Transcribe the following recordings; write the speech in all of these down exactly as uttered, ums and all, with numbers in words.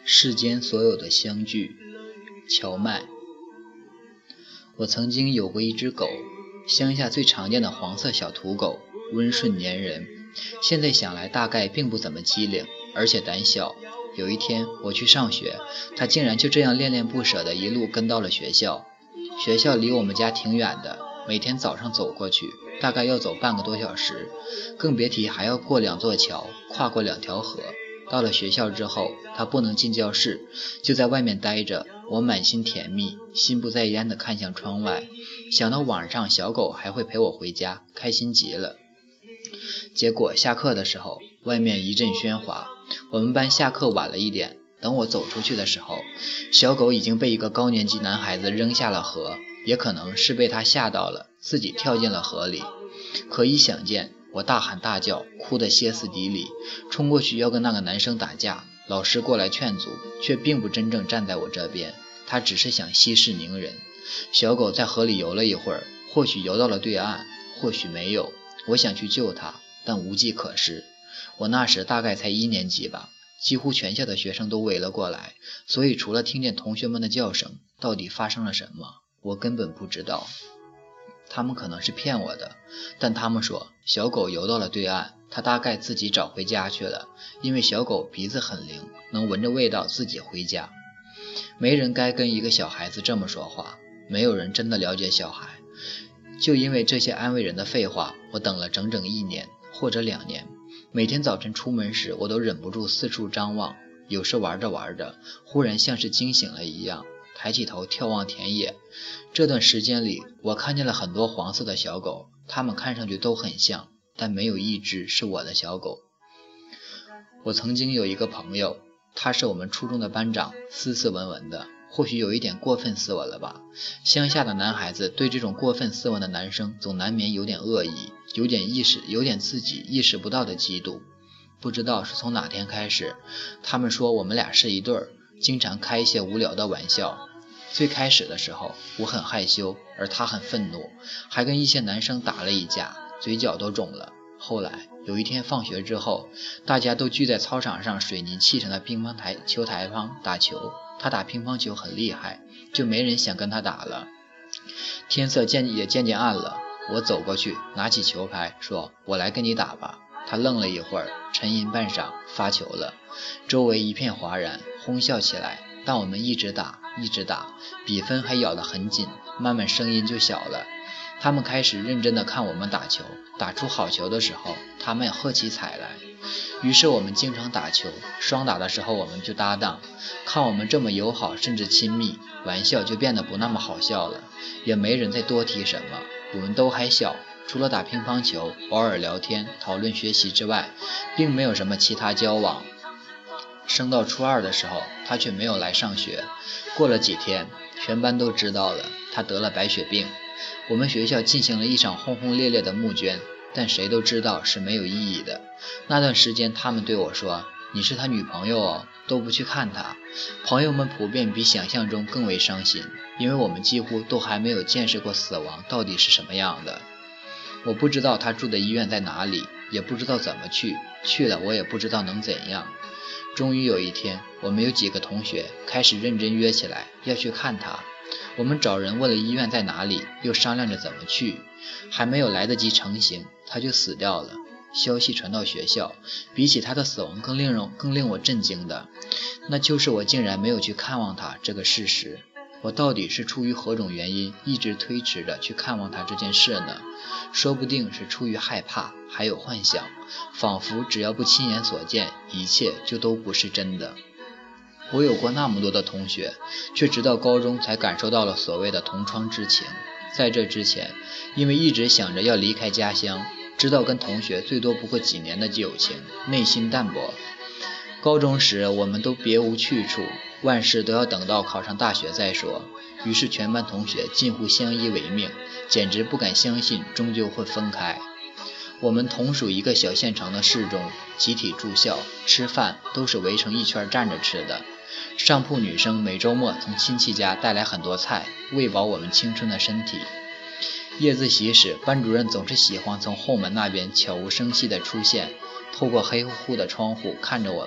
世间所有的相聚，荞麦。我曾经有过一只狗，乡下最常见的黄色小土狗，温顺粘人。现在想来大概并不怎么机灵，而且胆小。有一天我去上学，它竟然就这样恋恋不舍地一路跟到了学校。学校离我们家挺远的，每天早上走过去大概要走半个多小时，更别提还要过两座桥，跨过两条河。到了学校之后，他不能进教室，就在外面待着。我满心甜蜜，心不在焉地看向窗外，想到晚上小狗还会陪我回家，开心极了。结果下课的时候，外面一阵喧哗，我们班下课晚了一点，等我走出去的时候，小狗已经被一个高年级男孩子扔下了河，也可能是被他吓到了，自己跳进了河里。可以想见，我大喊大叫，哭得歇斯底里，冲过去要跟那个男生打架。老师过来劝阻，却并不真正站在我这边，他只是想息事宁人。小狗在河里游了一会儿，或许游到了对岸，或许没有。我想去救它，但无计可施。我那时大概才一年级吧，几乎全校的学生都围了过来，所以除了听见同学们的叫声，到底发生了什么，我根本不知道。他们可能是骗我的，但他们说小狗游到了对岸，它大概自己找回家去了，因为小狗鼻子很灵，能闻着味道自己回家。没人该跟一个小孩子这么说话，没有人真的了解小孩。就因为这些安慰人的废话，我等了整整一年或者两年。每天早晨出门时，我都忍不住四处张望，有时玩着玩着，忽然像是惊醒了一样，抬起头眺望田野。这段时间里，我看见了很多黄色的小狗，它们看上去都很像，但没有一只是我的小狗。我曾经有一个朋友，他是我们初中的班长，斯斯文文的，或许有一点过分斯文了吧。乡下的男孩子对这种过分斯文的男生总难免有点恶意，有点意识，有点自己意识不到的嫉妒。不知道是从哪天开始，他们说我们俩是一对儿，经常开一些无聊的玩笑。最开始的时候，我很害羞，而他很愤怒，还跟一些男生打了一架，嘴角都肿了。后来有一天放学之后，大家都聚在操场上水泥砌成的乒乓台球台旁打球，他打乒乓球很厉害，就没人想跟他打了。天色渐也渐渐暗了，我走过去拿起球拍说，我来跟你打吧。他愣了一会儿，沉吟半晌，发球了。周围一片哗然，哄笑起来。但我们一直打一直打，比分还咬得很紧，慢慢声音就小了。他们开始认真地看我们打球，打出好球的时候，他们也喝起彩来。于是我们经常打球，双打的时候我们就搭档。看我们这么友好甚至亲密，玩笑就变得不那么好笑了，也没人再多提什么。我们都还小，除了打乒乓球，偶尔聊天讨论学习之外，并没有什么其他交往。升到初二的时候，他却没有来上学。过了几天，全班都知道了，他得了白血病。我们学校进行了一场轰轰烈烈的募捐，但谁都知道是没有意义的。那段时间他们对我说，你是他女朋友哦，都不去看他。朋友们普遍比想象中更为伤心，因为我们几乎都还没有见识过死亡到底是什么样的。我不知道他住的医院在哪里，也不知道怎么去，去了我也不知道能怎样。终于有一天，我们有几个同学开始认真约起来要去看他。我们找人问了医院在哪里，又商量着怎么去，还没有来得及成行，他就死掉了。消息传到学校，比起他的死亡更令人更令我震惊的，那就是我竟然没有去看望他这个事实。我到底是出于何种原因一直推迟着去看望他这件事呢？说不定是出于害怕，还有幻想，仿佛只要不亲眼所见，一切就都不是真的。我有过那么多的同学，却直到高中才感受到了所谓的同窗之情。在这之前，因为一直想着要离开家乡，知道跟同学最多不过几年的友情，内心淡薄。高中时我们都别无去处，万事都要等到考上大学再说，于是全班同学近乎相依为命，简直不敢相信终究会分开。我们同属一个小县城的市中，集体住校，吃饭都是围成一圈站着吃的。上铺女生每周末从亲戚家带来很多菜，喂饱我们青春的身体。夜自习时，班主任总是喜欢从后门那边悄无声息地出现，透过黑乎乎的窗户看着我们，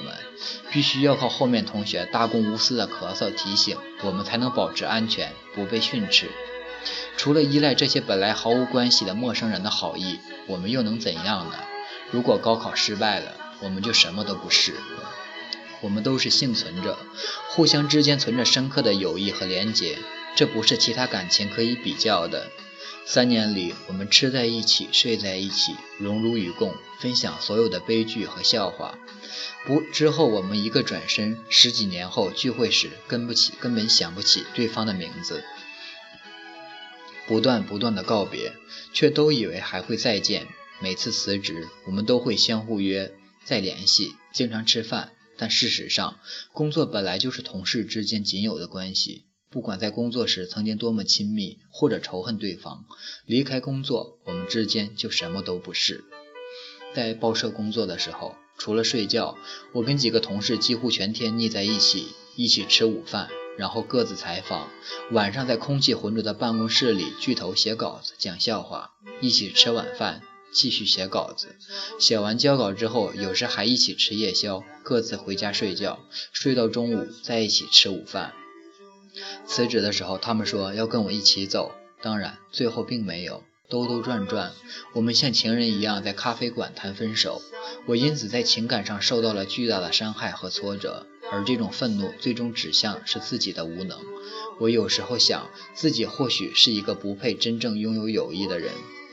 必须要靠后面同学大公无私的咳嗽提醒，我们才能保持安全，不被训斥。除了依赖这些本来毫无关系的陌生人的好意，我们又能怎样呢？如果高考失败了，我们就什么都不是。我们都是幸存者，互相之间存着深刻的友谊和连结，这不是其他感情可以比较的。三年里，我们吃在一起，睡在一起，荣辱与共，分享所有的悲剧和笑话。不，之后我们一个转身，十几年后聚会时，跟不起，根本想不起对方的名字。不断不断的告别，却都以为还会再见。每次辞职，我们都会相互约再联系，经常吃饭。但事实上，工作本来就是同事之间仅有的关系。不管在工作时曾经多么亲密，或者仇恨对方，离开工作，我们之间就什么都不是。在报社工作的时候，除了睡觉，我跟几个同事几乎全天腻在一起，一起吃午饭，然后各自采访。晚上在空气浑浊的办公室里聚头写稿子、讲笑话，一起吃晚饭，继续写稿子。写完交稿之后，有时还一起吃夜宵，各自回家睡觉，睡到中午再一起吃午饭。辞职的时候，他们说要跟我一起走，当然最后并没有。兜兜转转，我们像情人一样在咖啡馆谈分手。我因此在情感上受到了巨大的伤害和挫折，而这种愤怒最终指向是自己的无能。我有时候想，自己或许是一个不配真正拥有友谊的人。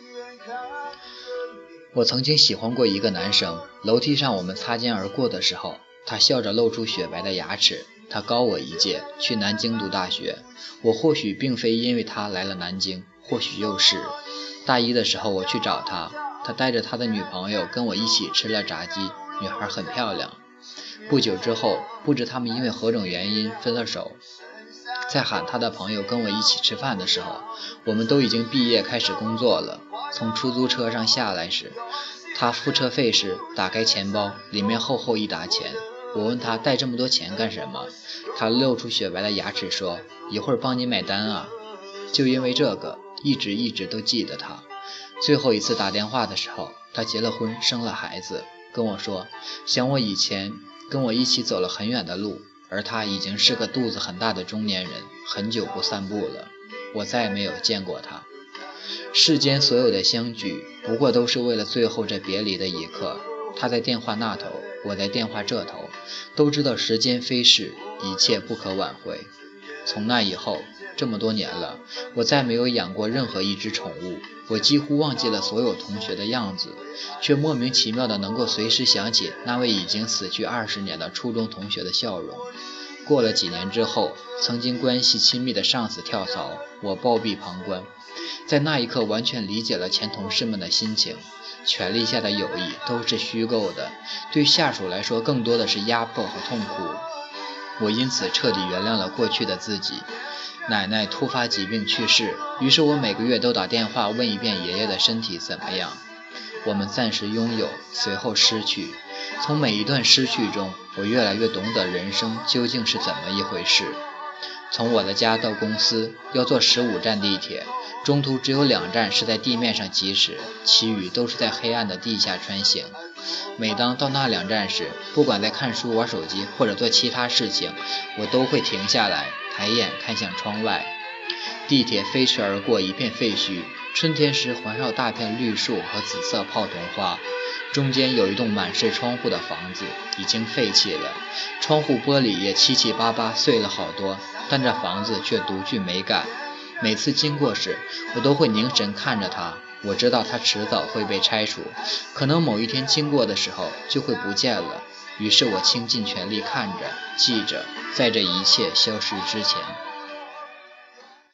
我曾经喜欢过一个男生，楼梯上我们擦肩而过的时候，他笑着露出雪白的牙齿。他高我一届，去南京读大学。我或许并非因为他来了南京，或许又是。大一的时候我去找他，他带着他的女朋友跟我一起吃了炸鸡，女孩很漂亮。不久之后，不知他们因为何种原因分了手。在喊他的朋友跟我一起吃饭的时候，我们都已经毕业开始工作了。从出租车上下来时，他付车费时打开钱包，里面厚厚一沓钱。我问他带这么多钱干什么，他露出雪白的牙齿说，一会儿帮你买单啊。就因为这个，一直一直都记得他。最后一次打电话的时候，他结了婚，生了孩子，跟我说想我以前跟我一起走了很远的路，而他已经是个肚子很大的中年人，很久不散步了。我再也没有见过他。世间所有的相聚，不过都是为了最后这别离的一刻。他在电话那头，我在电话这头，都知道时间飞逝，一切不可挽回。从那以后，这么多年了，我再没有养过任何一只宠物。我几乎忘记了所有同学的样子，却莫名其妙的能够随时想起那位已经死去二十年的初中同学的笑容。过了几年之后，曾经关系亲密的上司跳槽，我暴毙旁观。在那一刻完全理解了前同事们的心情，权力下的友谊都是虚构的，对下属来说更多的是压迫和痛苦。我因此彻底原谅了过去的自己。奶奶突发疾病去世，于是我每个月都打电话问一遍爷爷的身体怎么样。我们暂时拥有，随后失去。从每一段失去中，我越来越懂得人生究竟是怎么一回事。从我的家到公司要坐十五站地铁，中途只有两站是在地面上疾驶，其余都是在黑暗的地下穿行。每当到那两站时，不管在看书、玩手机或者做其他事情，我都会停下来，抬眼看向窗外。地铁飞驰而过一片废墟，春天时环绕大片绿树和紫色泡桐花。中间有一栋满是窗户的房子，已经废弃了，窗户玻璃也七七八八碎了好多，但这房子却独具美感。每次经过时，我都会凝神看着它，我知道它迟早会被拆除，可能某一天经过的时候就会不见了。于是我倾尽全力看着，记着，在这一切消失之前。